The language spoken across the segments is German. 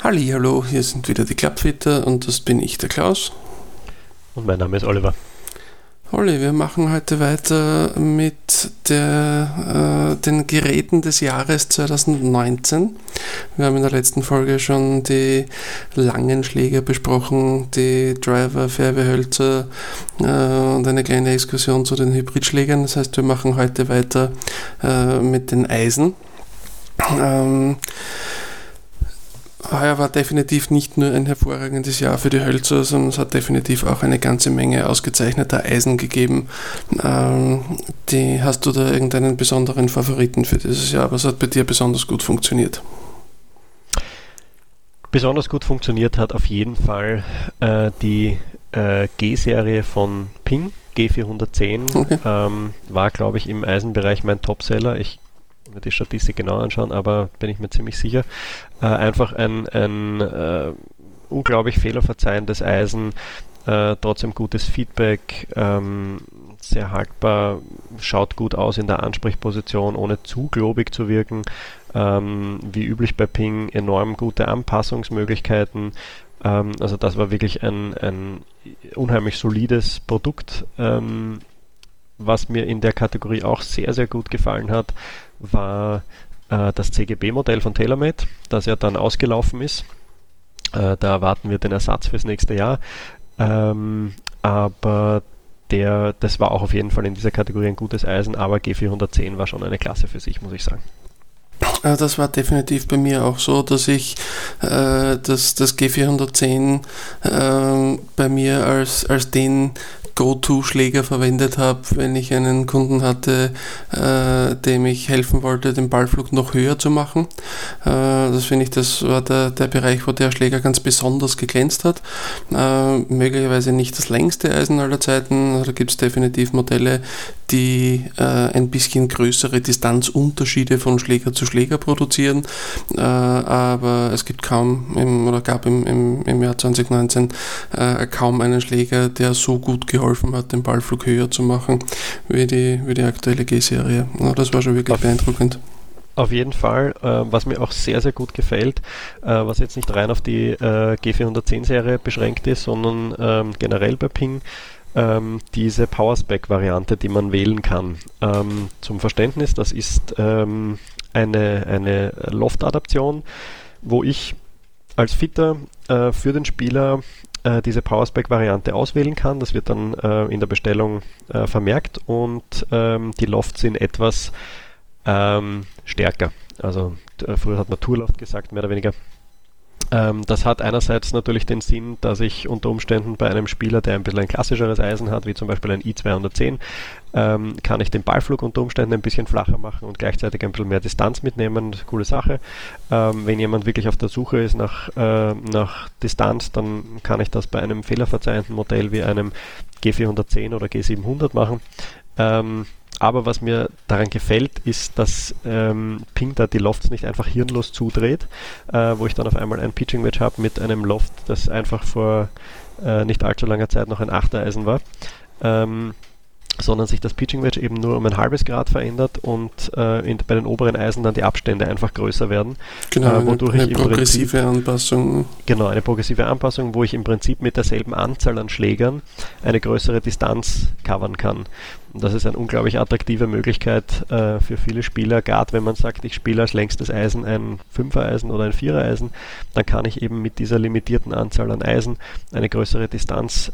Hallihallo, hier sind wieder die Klappfitter und das bin ich, der Klaus. Und mein Name ist Oliver. Olli, wir machen heute weiter mit den Geräten des Jahres 2019. Wir haben in der letzten Folge schon die langen Schläger besprochen, die Driver, Fairway-Hölzer und eine kleine Exkursion zu den Hybridschlägern. Das heißt, wir machen heute weiter mit den Eisen. Heuer war definitiv nicht nur ein hervorragendes Jahr für die Hölzer, sondern es hat definitiv auch eine ganze Menge ausgezeichneter Eisen gegeben. Hast du da irgendeinen besonderen Favoriten für dieses Jahr? Was hat bei dir besonders gut funktioniert? Besonders gut funktioniert hat auf jeden Fall die G-Serie von Ping, G410. Okay. War, glaube ich, im Eisenbereich mein Topseller. Ich mir die Statistik genau anschauen, aber bin ich mir ziemlich sicher. Einfach ein unglaublich fehlerverzeihendes Eisen, trotzdem gutes Feedback, sehr haltbar, schaut gut aus in der Ansprechposition, ohne zu globig zu wirken. Wie üblich bei Ping enorm gute Anpassungsmöglichkeiten. Also das war wirklich ein unheimlich solides Produkt. Was mir in der Kategorie auch sehr, sehr gut gefallen hat, war das CGB-Modell von TaylorMade, das ja dann ausgelaufen ist. Da erwarten wir den Ersatz fürs nächste Jahr. Aber das war auch auf jeden Fall in dieser Kategorie ein gutes Eisen, aber G410 war schon eine Klasse für sich, muss ich sagen. Das war definitiv bei mir auch so, dass ich das G410 bei mir als den Go-To-Schläger verwendet habe, wenn ich einen Kunden hatte, dem ich helfen wollte, den Ballflug noch höher zu machen. Das finde ich, das war der Bereich, wo der Schläger ganz besonders geglänzt hat. Möglicherweise nicht das längste Eisen aller Zeiten, da gibt es definitiv Modelle, die ein bisschen größere Distanzunterschiede von Schläger zu Schläger produzieren, aber es gibt gab im Jahr 2019 kaum einen Schläger, der so gut geholfen hat, den Ballflug höher zu machen, wie die aktuelle G-Serie. Das war schon wirklich beeindruckend. Auf jeden Fall, was mir auch sehr, sehr gut gefällt, was jetzt nicht rein auf die G410-Serie beschränkt ist, sondern generell bei Ping, diese Powerspec-Variante, die man wählen kann. Zum Verständnis, das ist eine Loft-Adaption, wo ich als Fitter für den Spieler diese Powerspec-Variante auswählen kann. Das wird dann in der Bestellung vermerkt und die Lofts sind etwas stärker. Also früher hat man Tourloft gesagt, mehr oder weniger. Das hat einerseits natürlich den Sinn, dass ich unter Umständen bei einem Spieler, der ein bisschen ein klassischeres Eisen hat, wie zum Beispiel ein i210, kann ich den Ballflug unter Umständen ein bisschen flacher machen und gleichzeitig ein bisschen mehr Distanz mitnehmen. Coole Sache. Wenn jemand wirklich auf der Suche ist nach Distanz, dann kann ich das bei einem fehlerverzeihenden Modell wie einem G410 oder G700 machen. Aber was mir daran gefällt, ist, dass Ping da die Lofts nicht einfach hirnlos zudreht, wo ich dann auf einmal ein Pitching Wedge habe mit einem Loft, das einfach vor nicht allzu langer Zeit noch ein 8er-Eisen war, sondern sich das Pitching Wedge eben nur um ein halbes Grad verändert und bei den oberen Eisen dann die Abstände einfach größer werden. Genau, eine progressive Anpassung. Genau, eine progressive Anpassung, wo ich im Prinzip mit derselben Anzahl an Schlägern eine größere Distanz covern kann. Und das ist eine unglaublich attraktive Möglichkeit für viele Spieler, gerade wenn man sagt, ich spiele als längstes Eisen ein 5er-Eisen oder ein 4er-Eisen, dann kann ich eben mit dieser limitierten Anzahl an Eisen eine größere Distanz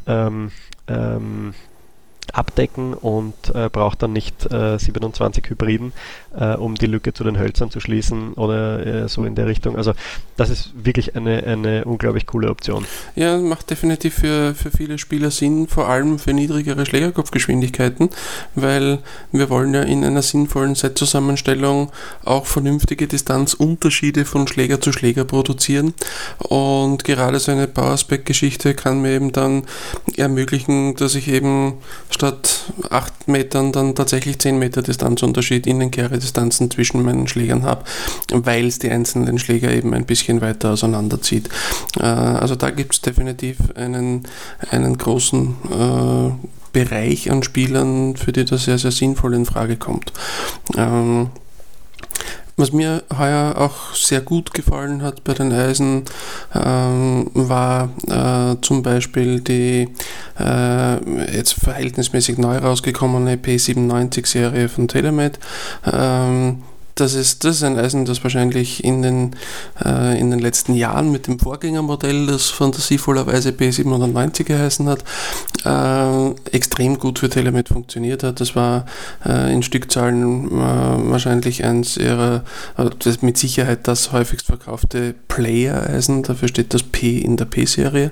abdecken und braucht dann nicht 27 Hybriden, um die Lücke zu den Hölzern zu schließen oder so in der Richtung. Also das ist wirklich eine unglaublich coole Option. Ja, macht definitiv für viele Spieler Sinn, vor allem für niedrigere Schlägerkopfgeschwindigkeiten, weil wir wollen ja in einer sinnvollen Set-Zusammenstellung auch vernünftige Distanzunterschiede von Schläger zu Schläger produzieren, und gerade so eine Powerspec-Geschichte kann mir eben dann ermöglichen, dass ich eben statt 8 Metern dann tatsächlich 10 Meter Distanzunterschied in den Kehredistanzen zwischen meinen Schlägern habe, weil es die einzelnen Schläger eben ein bisschen weiter auseinanderzieht. Also da gibt es definitiv einen großen Bereich an Spielern, für die das sehr, sehr sinnvoll in Frage kommt. Was mir heuer auch sehr gut gefallen hat bei den Eisen, war zum Beispiel die jetzt verhältnismäßig neu rausgekommene P97-Serie von TaylorMade. Das ist ein Eisen, das wahrscheinlich in den letzten Jahren mit dem Vorgängermodell, das fantasievollerweise P790 geheißen hat, extrem gut für TaylorMade funktioniert hat. Das war in Stückzahlen wahrscheinlich das mit Sicherheit das häufigst verkaufte Player-Eisen. Dafür steht das P in der P-Serie.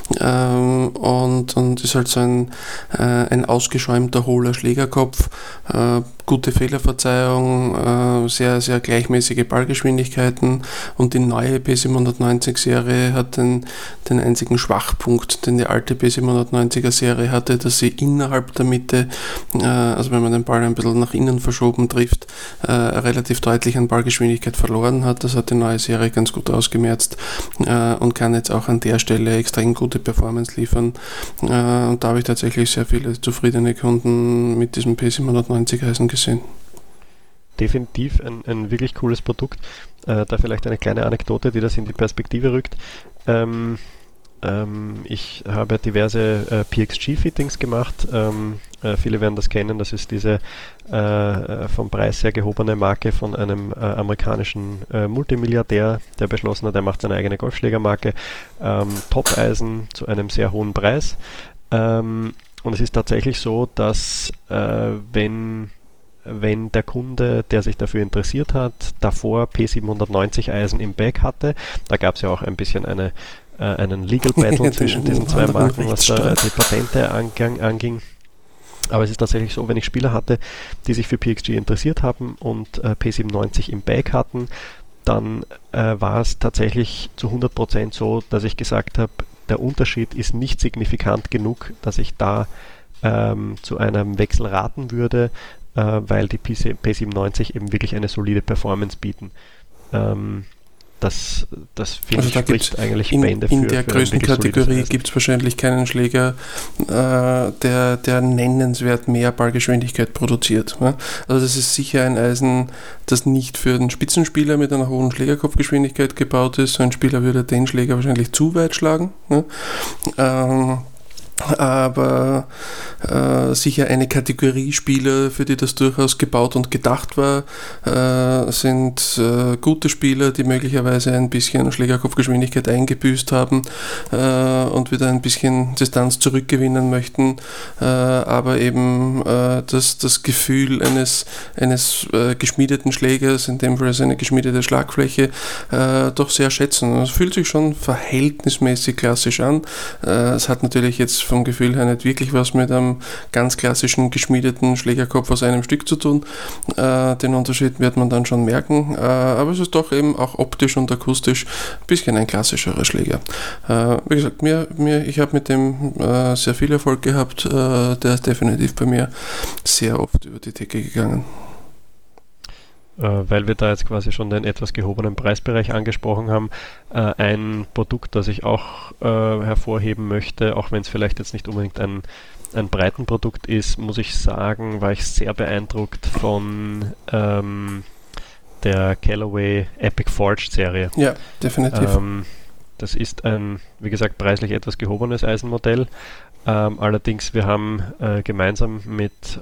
Und ist halt so ein ausgeschäumter, hohler Schlägerkopf, gute Fehlerverzeihung, sehr, sehr gleichmäßige Ballgeschwindigkeiten, und die neue P790-Serie hat den einzigen Schwachpunkt, den die alte P790er-Serie hatte, dass sie innerhalb der Mitte, also wenn man den Ball ein bisschen nach innen verschoben trifft, relativ deutlich an Ballgeschwindigkeit verloren hat. Das hat die neue Serie ganz gut ausgemerzt und kann jetzt auch an der Stelle extrem gute Performance liefern. Und da habe ich tatsächlich sehr viele zufriedene Kunden mit diesem P790-Eisen gesehen. Definitiv ein wirklich cooles Produkt. Da vielleicht eine kleine Anekdote, die das in die Perspektive rückt. Ich habe diverse PXG-Fittings gemacht. Viele werden das kennen. Das ist diese vom Preis sehr gehobene Marke von einem amerikanischen Multimilliardär, der beschlossen hat, er macht seine eigene Golfschlägermarke. Top-Eisen zu einem sehr hohen Preis. Und es ist tatsächlich so, dass wenn der Kunde, der sich dafür interessiert hat, davor P790 Eisen im Bag hatte, da gab es ja auch ein bisschen einen Legal Battle zwischen diesen zwei Marken, was da die Patente anging. Aber es ist tatsächlich so, wenn ich Spieler hatte, die sich für PXG interessiert haben und P790 im Bag hatten, dann war es tatsächlich zu 100% so, dass ich gesagt habe, der Unterschied ist nicht signifikant genug, dass ich da zu einem Wechsel raten würde, weil die P790 eben wirklich eine solide Performance bieten. Das finde ich spricht eigentlich Bände für. In der Größenkategorie gibt es wahrscheinlich keinen Schläger, der nennenswert mehr Ballgeschwindigkeit produziert. Ja? Also das ist sicher ein Eisen, das nicht für den Spitzenspieler mit einer hohen Schlägerkopfgeschwindigkeit gebaut ist. So ein Spieler würde den Schläger wahrscheinlich zu weit schlagen. Ja? Aber sicher eine Kategorie Spieler, für die das durchaus gebaut und gedacht war, sind gute Spieler, die möglicherweise ein bisschen Schlägerkopfgeschwindigkeit eingebüßt haben und wieder ein bisschen Distanz zurückgewinnen möchten, aber eben das Gefühl eines geschmiedeten Schlägers, in dem Fall eine geschmiedete Schlagfläche, doch sehr schätzen. Es fühlt sich schon verhältnismäßig klassisch an. Es hat natürlich jetzt vom Gefühl her nicht wirklich was mit einem ganz klassischen geschmiedeten Schlägerkopf aus einem Stück zu tun. Den Unterschied wird man dann schon merken, aber es ist doch eben auch optisch und akustisch ein bisschen ein klassischerer Schläger. Wie gesagt, ich habe mit dem sehr viel Erfolg gehabt. Der ist definitiv bei mir sehr oft über die Decke gegangen. Weil wir da jetzt quasi schon den etwas gehobenen Preisbereich angesprochen haben, ein Produkt, das ich auch hervorheben möchte, auch wenn es vielleicht jetzt nicht unbedingt ein Breitenprodukt ist, muss ich sagen, war ich sehr beeindruckt von der Callaway Epic Forged Serie. Ja, definitiv. Das ist ein, wie gesagt, preislich etwas gehobenes Eisenmodell. Allerdings, wir haben gemeinsam mit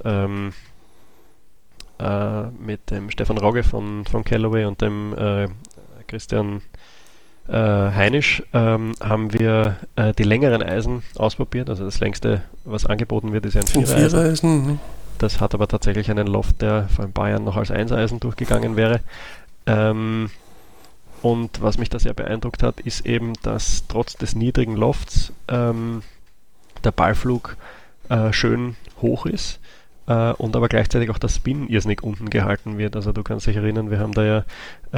dem Stefan Rogge von Callaway und dem Christian Heinisch haben wir die längeren Eisen ausprobiert. Also das längste, was angeboten wird, ist ein Vierereisen. Das hat aber tatsächlich einen Loft, der vor ein paar Jahren noch als Einsereisen durchgegangen wäre. Und was mich da sehr beeindruckt hat, ist eben, dass trotz des niedrigen Lofts der Ballflug schön hoch ist. Und aber gleichzeitig auch das Spin irrsinnig unten gehalten wird. Also du kannst dich erinnern, wir haben da ja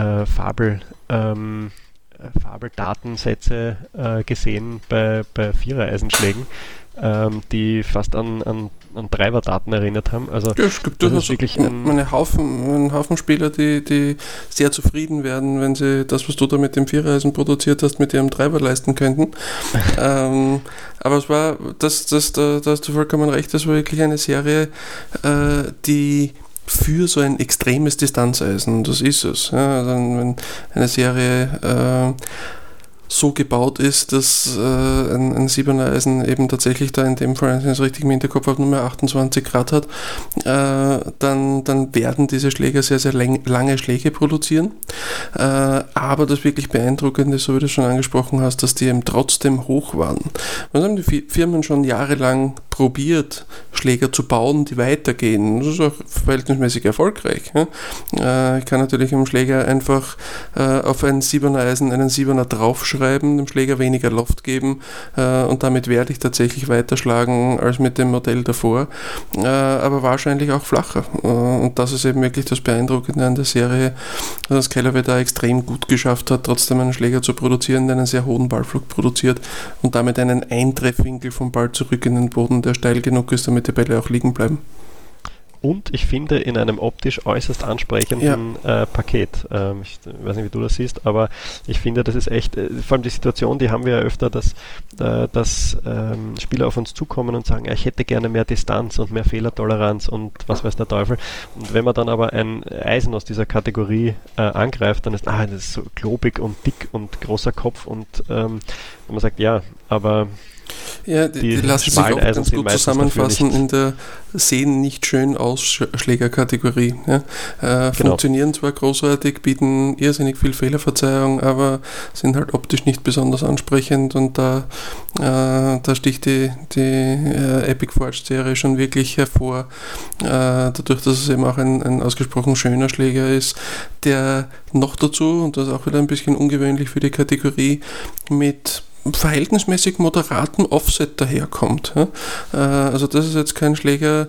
Fabeldatensätze gesehen bei Vierereisenschlägen, die fast an Driver-Daten erinnert haben. Also ja, es gibt durchaus wirklich einen Haufen Spieler, die sehr zufrieden werden, wenn sie das, was du da mit dem Vierereisen produziert hast, mit ihrem Driver leisten könnten. Aber es war, da hast du vollkommen recht, das war wirklich eine Serie, die für so ein extremes Distanzeisen. Das ist es. Ja. Also wenn eine Serie so gebaut ist, dass ein 7er Eisen eben tatsächlich da in dem Fall, wenn ich es richtig im Hinterkopf habe, nur mehr 28 Grad hat, dann werden diese Schläger sehr, sehr lange Schläge produzieren. Aber das wirklich Beeindruckende, so wie du schon angesprochen hast, dass die eben trotzdem hoch waren. Was haben die Firmen schon jahrelang probiert, Schläger zu bauen, die weitergehen. Das ist auch verhältnismäßig erfolgreich. Ja? Ich kann natürlich im Schläger einfach auf ein 7er Eisen einen 7er draufschreiben, dem Schläger weniger Loft geben und damit werde ich tatsächlich weiterschlagen als mit dem Modell davor, aber wahrscheinlich auch flacher. Und das ist eben wirklich das Beeindruckende an der Serie, dass Callaway da extrem gut geschafft hat, trotzdem einen Schläger zu produzieren, der einen sehr hohen Ballflug produziert und damit einen Eintreffwinkel vom Ball zurück in den Boden, der steil genug ist, damit die Bälle auch liegen bleiben. Und ich finde in einem optisch äußerst ansprechenden Paket. Ich weiß nicht, wie du das siehst, aber ich finde, das ist echt, vor allem die Situation, die haben wir ja öfter, dass Spieler auf uns zukommen und sagen, ja, ich hätte gerne mehr Distanz und mehr Fehlertoleranz und was weiß der Teufel. Und wenn man dann aber ein Eisen aus dieser Kategorie angreift, dann ist das ist so klobig und dick und großer Kopf und man sagt, ja, aber ja, die lassen sich auch ganz gut zusammenfassen in der sehen nicht schön aus Schlägerkategorie. Ja? Funktionieren zwar großartig, bieten irrsinnig viel Fehlerverzeihung, aber sind halt optisch nicht besonders ansprechend und da sticht die Epic Forged Serie schon wirklich hervor, dadurch, dass es eben auch ein ausgesprochen schöner Schläger ist, der noch dazu, und das ist auch wieder ein bisschen ungewöhnlich für die Kategorie, mit verhältnismäßig moderaten Offset daherkommt. Also das ist jetzt kein Schläger,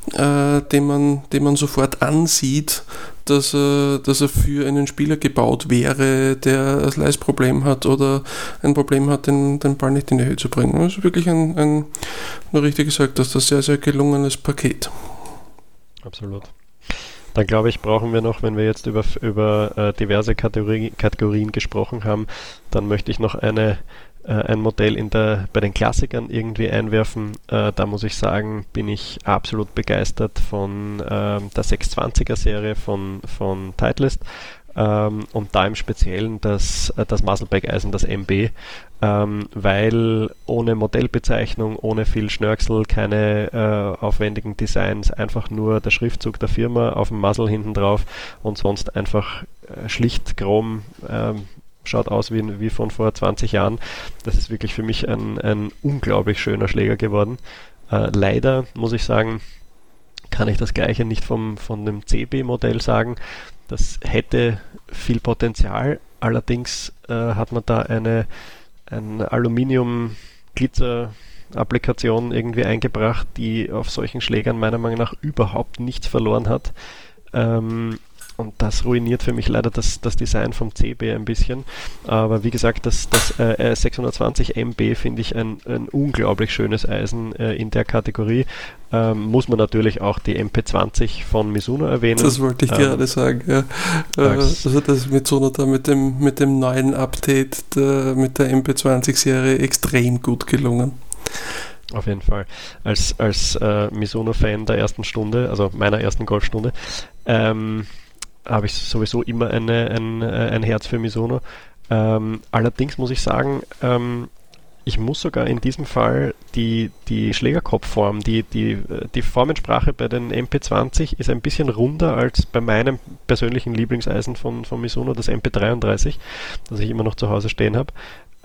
den man sofort ansieht, dass er für einen Spieler gebaut wäre, der ein Slice-Problem hat oder ein Problem hat, den Ball nicht in die Höhe zu bringen. Das ist wirklich nur richtig gesagt, dass das sehr, sehr gelungenes Paket. Absolut. Dann glaube ich, brauchen wir noch, wenn wir jetzt über diverse Kategorien gesprochen haben, dann möchte ich noch ein Modell bei den Klassikern irgendwie einwerfen. Da muss ich sagen, bin ich absolut begeistert von der 620er Serie von Titleist und da im Speziellen das Muzzleback-Eisen, das MB, weil ohne Modellbezeichnung, ohne viel Schnörksel, keine aufwendigen Designs, einfach nur der Schriftzug der Firma auf dem Muzzle hinten drauf und sonst einfach schlicht chrom, schaut aus wie von vor 20 Jahren. Das ist wirklich für mich ein unglaublich schöner Schläger geworden. Leider, muss ich sagen, kann ich das Gleiche nicht von dem CB-Modell sagen. Das hätte viel Potenzial, allerdings hat man da eine Aluminium-Glitzer-Applikation irgendwie eingebracht, die auf solchen Schlägern meiner Meinung nach überhaupt nichts verloren hat. Und das ruiniert für mich leider das Design vom CB ein bisschen. Aber wie gesagt, das 620 MB finde ich ein unglaublich schönes Eisen in der Kategorie. Muss man natürlich auch die MP20 von Mizuno erwähnen. Das wollte ich gerade sagen. Ja. Also das Mizuno da mit dem neuen Update mit der MP20-Serie extrem gut gelungen. Auf jeden Fall. Als Mizuno-Fan der ersten Stunde, also meiner ersten Golfstunde, habe ich sowieso immer ein Herz für Mizuno. Allerdings muss ich sagen, ich muss sogar in diesem Fall die Schlägerkopfform, die Formensprache bei den MP20 ist ein bisschen runder als bei meinem persönlichen Lieblingseisen von Mizuno, das MP33, das ich immer noch zu Hause stehen habe.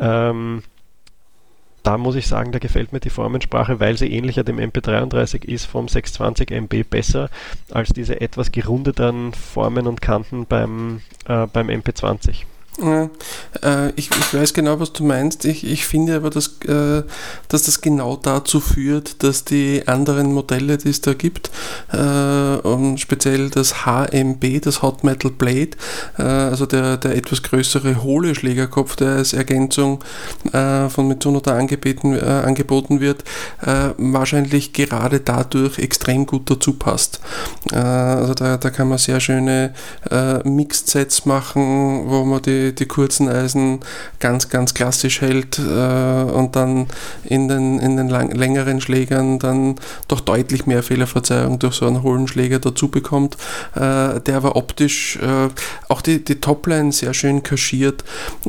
Da muss ich sagen, da gefällt mir die Formensprache, weil sie ähnlicher dem MP33 ist, vom 620 MB besser als diese etwas gerundeten Formen und Kanten beim MP20. Ja, ich weiß genau, was du meinst. Ich finde aber, dass das genau dazu führt, dass die anderen Modelle, die es da gibt, und speziell das HMB, das Hot Metal Blade, also der etwas größere hohle Schlägerkopf, der als Ergänzung von Mizuno da angeboten wird, wahrscheinlich gerade dadurch extrem gut dazu passt. Also da kann man sehr schöne Mixed Sets machen, wo man die die kurzen Eisen ganz, ganz klassisch hält und dann in den längeren Schlägern dann doch deutlich mehr Fehlerverzeihung durch so einen hohlen Schläger dazu bekommt, der aber optisch auch die Topline sehr schön kaschiert,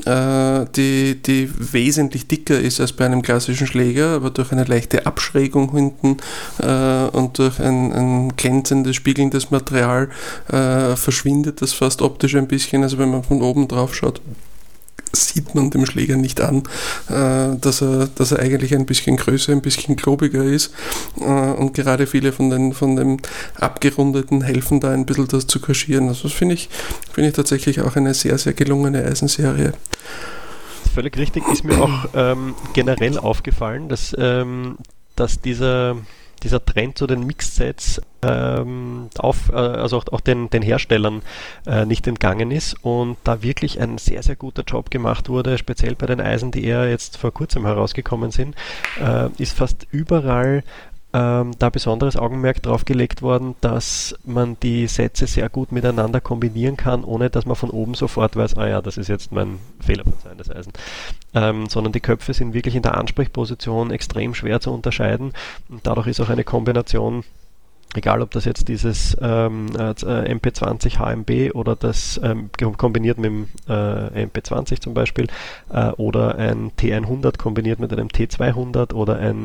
die wesentlich dicker ist als bei einem klassischen Schläger, aber durch eine leichte Abschrägung hinten und durch ein glänzendes, spiegelndes Material verschwindet das fast optisch ein bisschen. Also wenn man von oben drauf schaut, sieht man dem Schläger nicht an, dass er eigentlich ein bisschen größer, ein bisschen klobiger ist, und gerade viele von den abgerundeten helfen da ein bisschen das zu kaschieren. Also das finde ich tatsächlich auch eine sehr, sehr gelungene Eisenserie. Völlig richtig, ist mir auch generell aufgefallen, dass dieser Trend zu den Mixed-Sets also auch den Herstellern nicht entgangen ist und da wirklich ein sehr, sehr guter Job gemacht wurde, speziell bei den Eisen, die eher jetzt vor kurzem herausgekommen sind, ist fast überall da besonderes Augenmerk drauf gelegt worden, dass man die Sätze sehr gut miteinander kombinieren kann, ohne dass man von oben sofort weiß, das ist jetzt mein fehlerverzeihendes Eisen. Sondern die Köpfe sind wirklich in der Ansprechposition extrem schwer zu unterscheiden und dadurch ist auch eine Kombination, egal ob das jetzt dieses MP20 HMB oder das kombiniert mit dem MP20 zum Beispiel oder ein T100 kombiniert mit einem T200 oder ein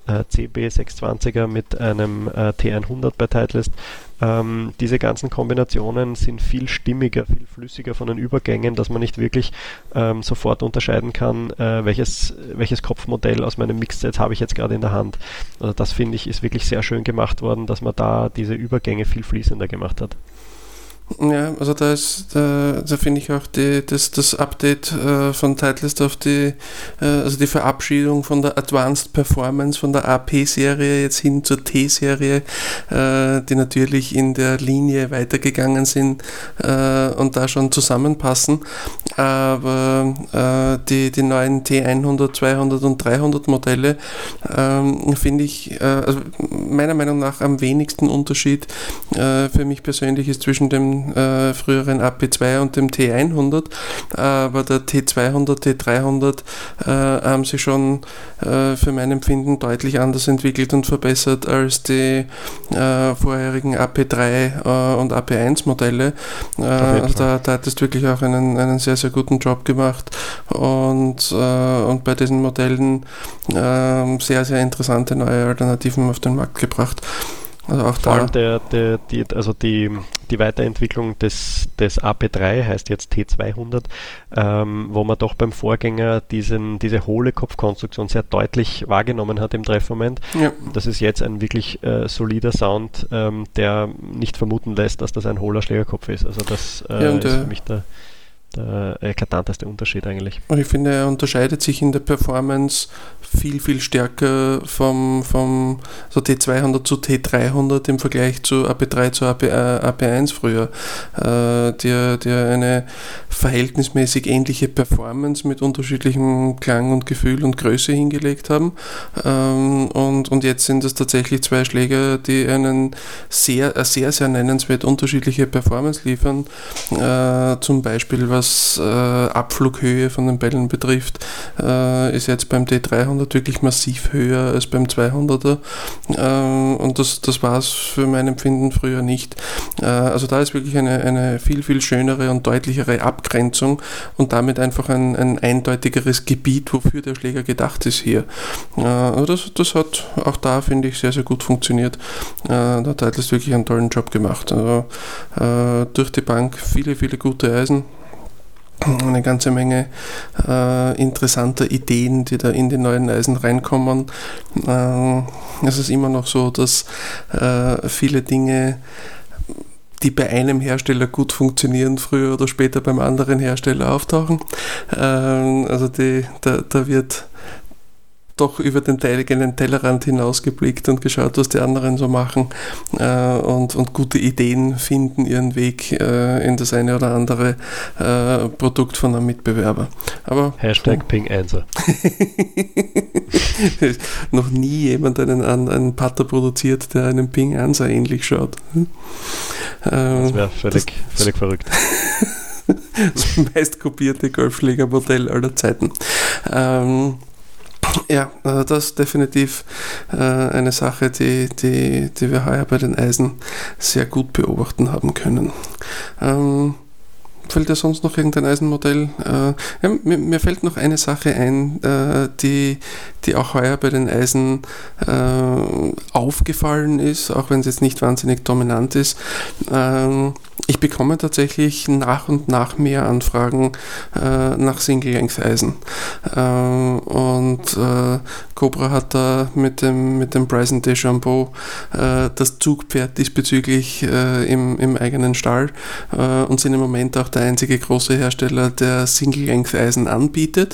CB620er mit einem T100 bei Titleist. Diese ganzen Kombinationen sind viel stimmiger, viel flüssiger von den Übergängen, dass man nicht wirklich sofort unterscheiden kann, welches Kopfmodell aus meinem Mixset habe ich jetzt gerade in der Hand. Also das finde ich ist wirklich sehr schön gemacht worden, dass man da diese Übergänge viel fließender gemacht hat. Ja, also da finde ich auch das Update von Titleist auf also die Verabschiedung von der Advanced Performance von der AP-Serie jetzt hin zur T-Serie, die natürlich in der Linie weitergegangen sind und da schon zusammenpassen, aber die neuen T100, 200 und 300 Modelle finde ich, also meiner Meinung nach am wenigsten Unterschied für mich persönlich ist zwischen dem früheren AP2 und dem T100, aber der T200, T300 haben sich schon für mein Empfinden deutlich anders entwickelt und verbessert als die vorherigen AP3 und AP1 Modelle. Also da hattest du wirklich auch einen sehr, sehr guten Job gemacht und bei diesen Modellen sehr, sehr interessante neue Alternativen auf den Markt gebracht. Also auch vor allem die Weiterentwicklung des AP3 heißt jetzt T200, wo man doch beim Vorgänger diese hohle Kopfkonstruktion sehr deutlich wahrgenommen hat im Treffmoment. Ja. Das ist jetzt ein wirklich solider Sound, der nicht vermuten lässt, dass das ein hohler Schlägerkopf ist. Also das ist für mich der eklatanteste Unterschied eigentlich. Und ich finde, er unterscheidet sich in der Performance viel, viel stärker vom so T200 zu T300 im Vergleich zu AP3 zu AP1 früher, die eine verhältnismäßig ähnliche Performance mit unterschiedlichem Klang und Gefühl und Größe hingelegt haben, und jetzt sind es tatsächlich zwei Schläger, die einen sehr, sehr nennenswert unterschiedliche Performance liefern, zum Beispiel was Abflughöhe von den Bällen betrifft, ist jetzt beim T300 wirklich massiv höher als beim 200er, und das war es für mein Empfinden früher nicht. Also da ist wirklich eine viel, viel schönere und deutlichere Abgrenzung und damit einfach ein eindeutigeres Gebiet, wofür der Schläger gedacht ist hier. Das hat auch da, finde ich, sehr, sehr gut funktioniert. Da hat Titleist wirklich einen tollen Job gemacht. Also durch die Bank viele, viele gute Eisen. Eine ganze Menge interessanter Ideen, die da in die neuen Eisen reinkommen. Es ist immer noch so, dass viele Dinge, die bei einem Hersteller gut funktionieren, früher oder später beim anderen Hersteller auftauchen. Also da wird doch über den eigenen Tellerrand hinausgeblickt und geschaut, was die anderen so machen, und gute Ideen finden ihren Weg in das eine oder andere Produkt von einem Mitbewerber. Aber Hashtag Ping-Answer. Noch nie jemand einen Putter produziert, der einem Ping-Answer ähnlich schaut. Das wäre völlig verrückt. das meist kopierte Golfschlägermodell aller Zeiten. Ja, das ist definitiv eine Sache, die wir heuer bei den Eisen sehr gut beobachten haben können. Fällt dir sonst noch irgendein Eisenmodell? Ja, mir fällt noch eine Sache ein, die auch heuer bei den Eisen aufgefallen ist, auch wenn es jetzt nicht wahnsinnig dominant ist. Ich bekomme tatsächlich nach und nach mehr Anfragen nach Single-Length-Eisen. Und Cobra hat da mit dem Bryson DeChambeau das Zugpferd diesbezüglich im eigenen Stall und sind im Moment auch der einzige große Hersteller, der Single-Length-Eisen anbietet.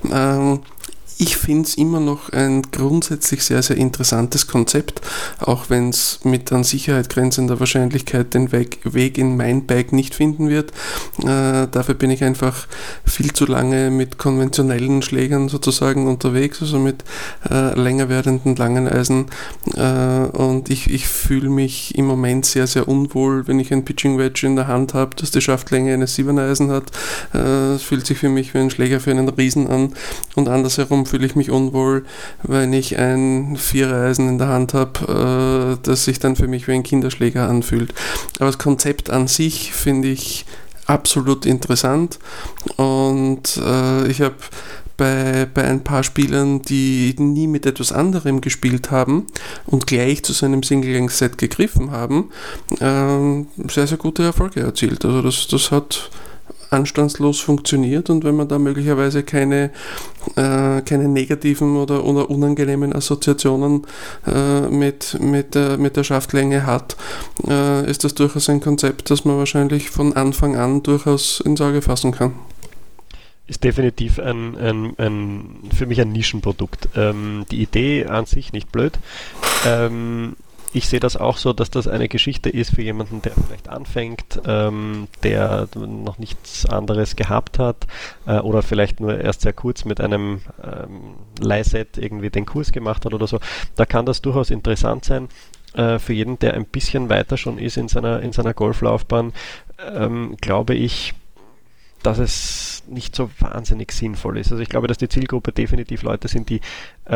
Ich finde es immer noch ein grundsätzlich sehr, sehr interessantes Konzept, auch wenn es mit an Sicherheit grenzender Wahrscheinlichkeit den Weg in mein Bag nicht finden wird. Dafür bin ich einfach viel zu lange mit konventionellen Schlägern sozusagen unterwegs, also mit länger werdenden langen Eisen. Und ich fühle mich im Moment sehr, sehr unwohl, wenn ich ein Pitching Wedge in der Hand habe, das die Schaftlänge eines 7er Eisen hat. Es fühlt sich für mich wie ein Schläger für einen Riesen an, und andersherum fühle ich mich unwohl, wenn ich ein 4er Eisen in der Hand habe, das sich dann für mich wie ein Kinderschläger anfühlt. Aber das Konzept an sich finde ich absolut interessant, und ich habe bei ein paar Spielern, die nie mit etwas anderem gespielt haben und gleich zu seinem Single-Length-Set gegriffen haben, sehr, sehr gute Erfolge erzielt. Also das hat anstandslos funktioniert, und wenn man da möglicherweise keine negativen oder unangenehmen Assoziationen mit der Schaftlänge hat, ist das durchaus ein Konzept, das man wahrscheinlich von Anfang an durchaus ins Auge fassen kann. Ist definitiv für mich ein Nischenprodukt. Die Idee an sich nicht blöd. Ich sehe das auch so, dass das eine Geschichte ist für jemanden, der vielleicht anfängt, der noch nichts anderes gehabt hat oder vielleicht nur erst sehr kurz mit einem Leihset irgendwie den Kurs gemacht hat oder so. Da kann das durchaus interessant sein. Für jeden, der ein bisschen weiter schon ist in seiner Golflaufbahn, glaube ich, dass es nicht so wahnsinnig sinnvoll ist. Also ich glaube, dass die Zielgruppe definitiv Leute sind, die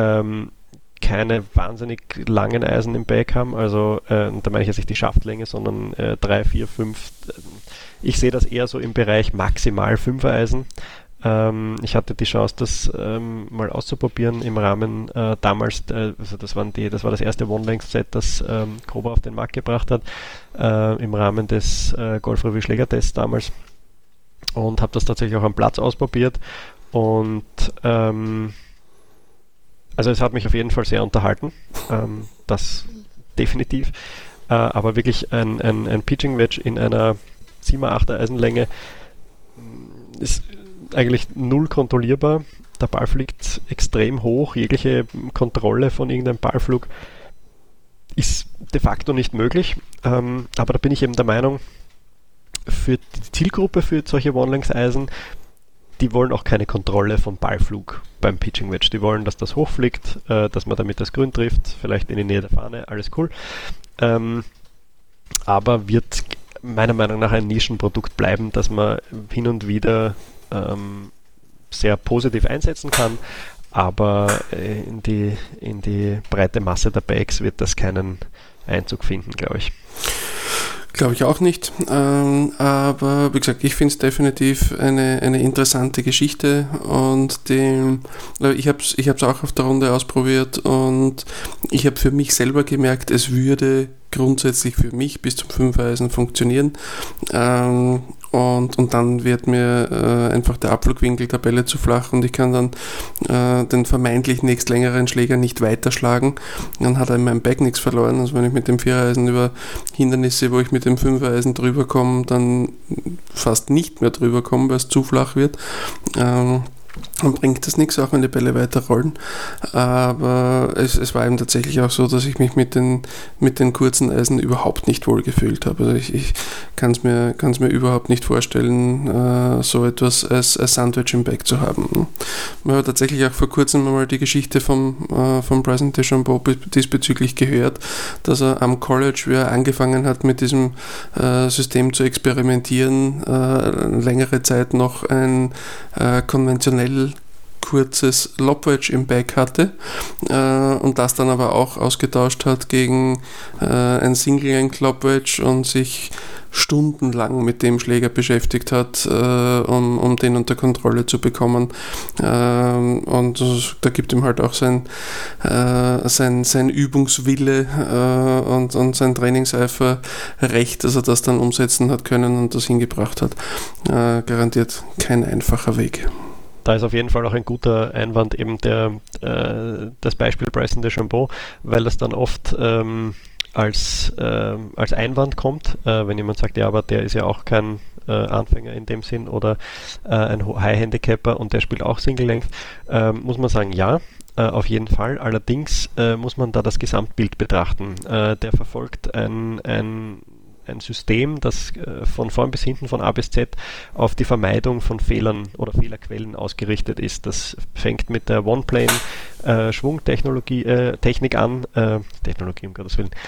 keine wahnsinnig langen Eisen im Bag haben, also da meine ich jetzt nicht die Schaftlänge, sondern 3, 4, 5. Ich sehe das eher so im Bereich maximal 5er Eisen. Ich hatte die Chance, das mal auszuprobieren im Rahmen damals, also das war das erste One-Length-Set, das Cobra auf den Markt gebracht hat, im Rahmen des Golf Revue Schlägertests damals, und habe das tatsächlich auch am Platz ausprobiert, und also es hat mich auf jeden Fall sehr unterhalten, das definitiv, aber wirklich ein Pitching Wedge in einer 7er, 8er Eisenlänge ist eigentlich null kontrollierbar. Der Ball fliegt extrem hoch, jegliche Kontrolle von irgendeinem Ballflug ist de facto nicht möglich, aber da bin ich eben der Meinung, für die Zielgruppe für solche One-Length-Eisen, die wollen auch keine Kontrolle vom Ballflug beim Pitching Wedge. Die wollen, dass das hochfliegt, dass man damit das Grün trifft, vielleicht in die Nähe der Fahne, alles cool. Aber wird meiner Meinung nach ein Nischenprodukt bleiben, das man hin und wieder sehr positiv einsetzen kann, aber in die breite Masse der Bags wird das keinen Einzug finden, glaube ich. Glaube ich auch nicht, aber wie gesagt, ich finde es definitiv eine interessante Geschichte, und ich habe es auch auf der Runde ausprobiert, und ich habe für mich selber gemerkt, es würde grundsätzlich für mich bis zum 5er Eisen funktionieren, und dann wird mir einfach der Abflugwinkel der Bälle zu flach, und ich kann dann den vermeintlich nächstlängeren Schläger nicht weiterschlagen. Dann hat er in meinem Bag nichts verloren. Also wenn ich mit dem 4er Eisen über Hindernisse, wo ich mit dem 5er Eisen drüber komme, dann fast nicht mehr drüber komme, weil es zu flach wird. dann bringt das nichts, auch wenn die Bälle weiterrollen. Aber es war eben tatsächlich auch so, dass ich mich mit den kurzen Eisen überhaupt nicht wohl gefühlt habe. Also ich kann es mir überhaupt nicht vorstellen, so etwas als Sandwich im Bag zu haben. Man hat tatsächlich auch vor kurzem mal die Geschichte von Bryson DeChambeau diesbezüglich gehört, dass er am College, wie er angefangen hat, mit diesem System zu experimentieren, längere Zeit noch ein konventionell kurzes Lobwedge im Bag hatte und das dann aber auch ausgetauscht hat gegen ein Single-Length Lobwedge und sich stundenlang mit dem Schläger beschäftigt hat, um den unter Kontrolle zu bekommen. Und da gibt ihm halt auch sein Übungswille und sein Trainingseifer recht, dass er das dann umsetzen hat können und das hingebracht hat. Garantiert kein einfacher Weg. Da ist auf jeden Fall auch ein guter Einwand eben das Beispiel Bryson DeChambeau, weil das dann oft als Einwand kommt, wenn jemand sagt, ja, aber der ist ja auch kein Anfänger in dem Sinn oder ein High-Handicapper und der spielt auch Single-Length, muss man sagen, ja, auf jeden Fall. Allerdings muss man da das Gesamtbild betrachten. Der verfolgt ein System, das von vorn bis hinten, von A bis Z, auf die Vermeidung von Fehlern oder Fehlerquellen ausgerichtet ist. Das fängt mit der One-Plane-Schwungtechnik an, Technologie um Gottes Willen,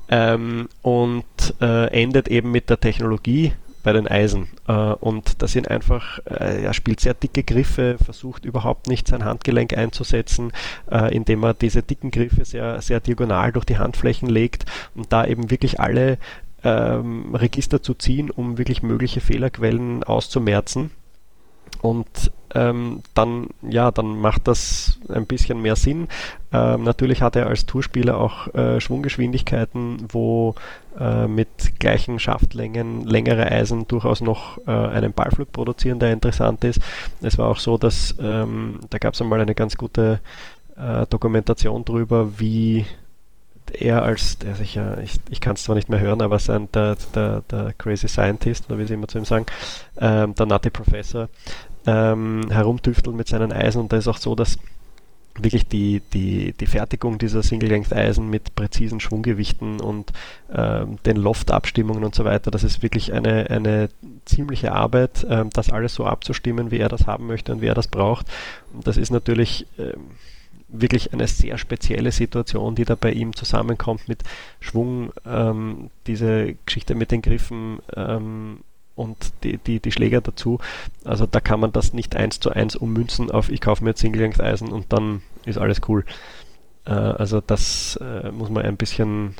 und endet eben mit der Technologie bei den Eisen. Und das sind einfach, er spielt sehr dicke Griffe, versucht überhaupt nicht sein Handgelenk einzusetzen, indem er diese dicken Griffe sehr, sehr diagonal durch die Handflächen legt und da eben wirklich alle Register zu ziehen, um wirklich mögliche Fehlerquellen auszumerzen. Und dann macht das ein bisschen mehr Sinn. Natürlich hat er als Tourspieler auch Schwunggeschwindigkeiten, wo mit gleichen Schaftlängen längere Eisen durchaus noch einen Ballflug produzieren, der interessant ist. Es war auch so, dass da gab es einmal eine ganz gute Dokumentation drüber, wie er ich kann es zwar nicht mehr hören, aber der Crazy Scientist, oder wie sie immer zu ihm sagen, der Nutty Professor, herumtüftelt mit seinen Eisen, und da ist auch so, dass wirklich die Fertigung dieser Single-Length-Eisen mit präzisen Schwunggewichten und den Loft-Abstimmungen und so weiter, das ist wirklich eine ziemliche Arbeit, das alles so abzustimmen, wie er das haben möchte und wie er das braucht. Und das ist natürlich wirklich eine sehr spezielle Situation, die da bei ihm zusammenkommt mit Schwung, diese Geschichte mit den Griffen und die Schläger dazu. Also da kann man das nicht 1:1 ummünzen auf ich kaufe mir jetzt Single-Length-Eisen und dann ist alles cool. Also das muss man ein bisschen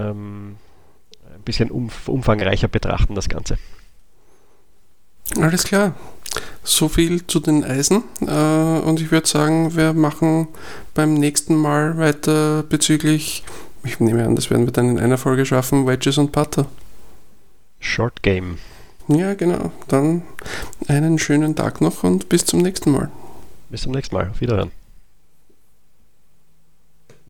umfangreicher betrachten, das Ganze. Alles klar. So viel zu den Eisen. Und ich würde sagen, wir machen beim nächsten Mal weiter bezüglich, ich nehme an, das werden wir dann in einer Folge schaffen, Wedges und Putter. Short Game. Ja, genau. Dann einen schönen Tag noch und bis zum nächsten Mal. Bis zum nächsten Mal. Auf Wiederhören.